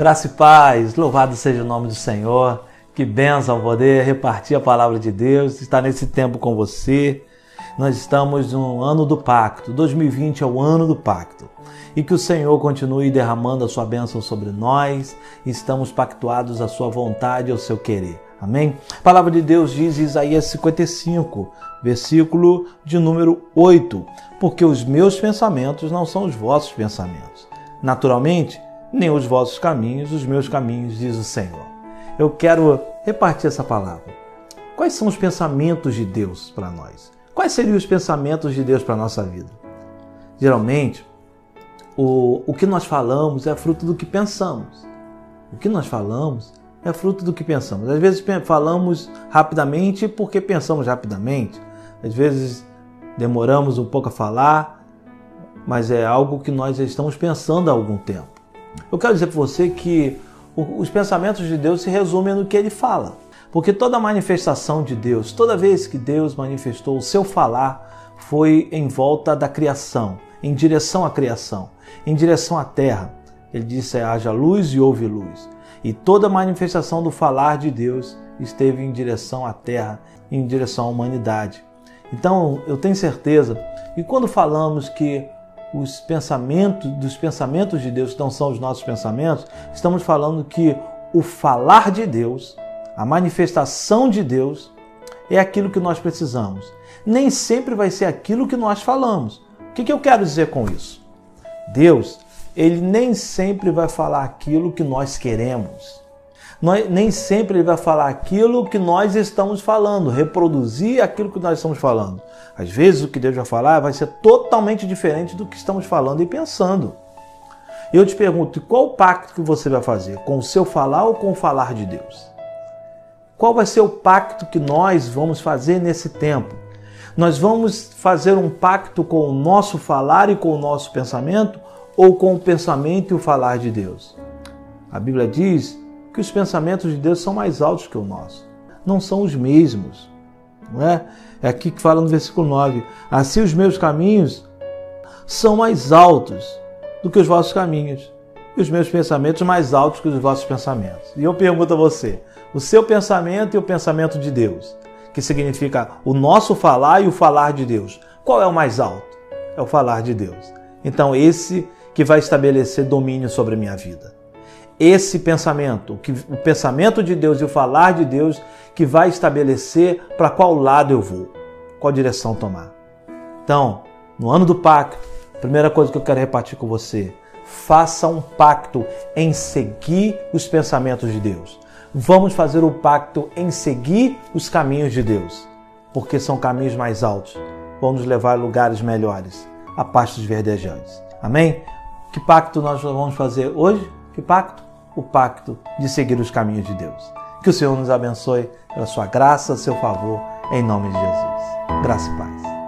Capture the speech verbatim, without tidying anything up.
Graça e paz, louvado seja o nome do Senhor. Que bênção poder repartir a palavra de Deus, estar nesse tempo com você. Nós estamos no ano do pacto, dois mil e vinte é o ano do pacto. E que o Senhor continue derramando a sua bênção sobre nós. Estamos pactuados à sua vontade e ao seu querer. Amém? A palavra de Deus diz em Isaías cinquenta e cinco, versículo de número oito. Porque os meus pensamentos não são os vossos pensamentos. Naturalmente, nem os vossos caminhos, os meus caminhos, diz o Senhor. Eu quero repartir essa palavra. Quais são os pensamentos de Deus para nós? Quais seriam os pensamentos de Deus para a nossa vida? Geralmente, o, o que nós falamos é fruto do que pensamos. O que nós falamos é fruto do que pensamos. Às vezes falamos rapidamente porque pensamos rapidamente. Às vezes demoramos um pouco a falar, mas é algo que nós já estamos pensando há algum tempo. Eu quero dizer para você que os pensamentos de Deus se resumem no que Ele fala. Porque toda manifestação de Deus, toda vez que Deus manifestou o seu falar, foi em volta da criação, em direção à criação, em direção à terra. Ele disse, haja luz e houve luz. E toda manifestação do falar de Deus esteve em direção à terra, em direção à humanidade. Então, eu tenho certeza que quando falamos que os pensamentos, dos pensamentos de Deus não são os nossos pensamentos, estamos falando que o falar de Deus, a manifestação de Deus, é aquilo que nós precisamos. Nem sempre vai ser aquilo que nós falamos. O que eu quero dizer com isso? Deus, Ele nem sempre vai falar aquilo que nós queremos. Nem sempre Ele vai falar aquilo que nós estamos falando, reproduzir aquilo que nós estamos falando. Às vezes o que Deus vai falar vai ser totalmente diferente do que estamos falando e pensando. Eu te pergunto, qual o pacto que você vai fazer? Com o seu falar ou com o falar de Deus? Qual vai ser o pacto que nós vamos fazer nesse tempo? Nós vamos fazer um pacto com o nosso falar e com o nosso pensamento ou com o pensamento e o falar de Deus? A Bíblia diz que os pensamentos de Deus são mais altos que o nosso. Não são os mesmos. Não é? É aqui que fala no versículo nove. Assim os meus caminhos são mais altos do que os vossos caminhos. E os meus pensamentos mais altos que os vossos pensamentos. E eu pergunto a você, o seu pensamento e o pensamento de Deus, que significa o nosso falar e o falar de Deus, qual é o mais alto? É o falar de Deus. Então esse que vai estabelecer domínio sobre a minha vida. Esse pensamento, o pensamento de Deus e o falar de Deus que vai estabelecer para qual lado eu vou, qual direção tomar. Então, no ano do pacto, a primeira coisa que eu quero repartir com você, faça um pacto em seguir os pensamentos de Deus. Vamos fazer o pacto em seguir os caminhos de Deus, porque são caminhos mais altos, vão nos levar a lugares melhores, a pastos verdejantes. Amém? Que pacto nós vamos fazer hoje? Que pacto? O pacto de seguir os caminhos de Deus. Que o Senhor nos abençoe pela sua graça, seu favor, em nome de Jesus. Graça e paz.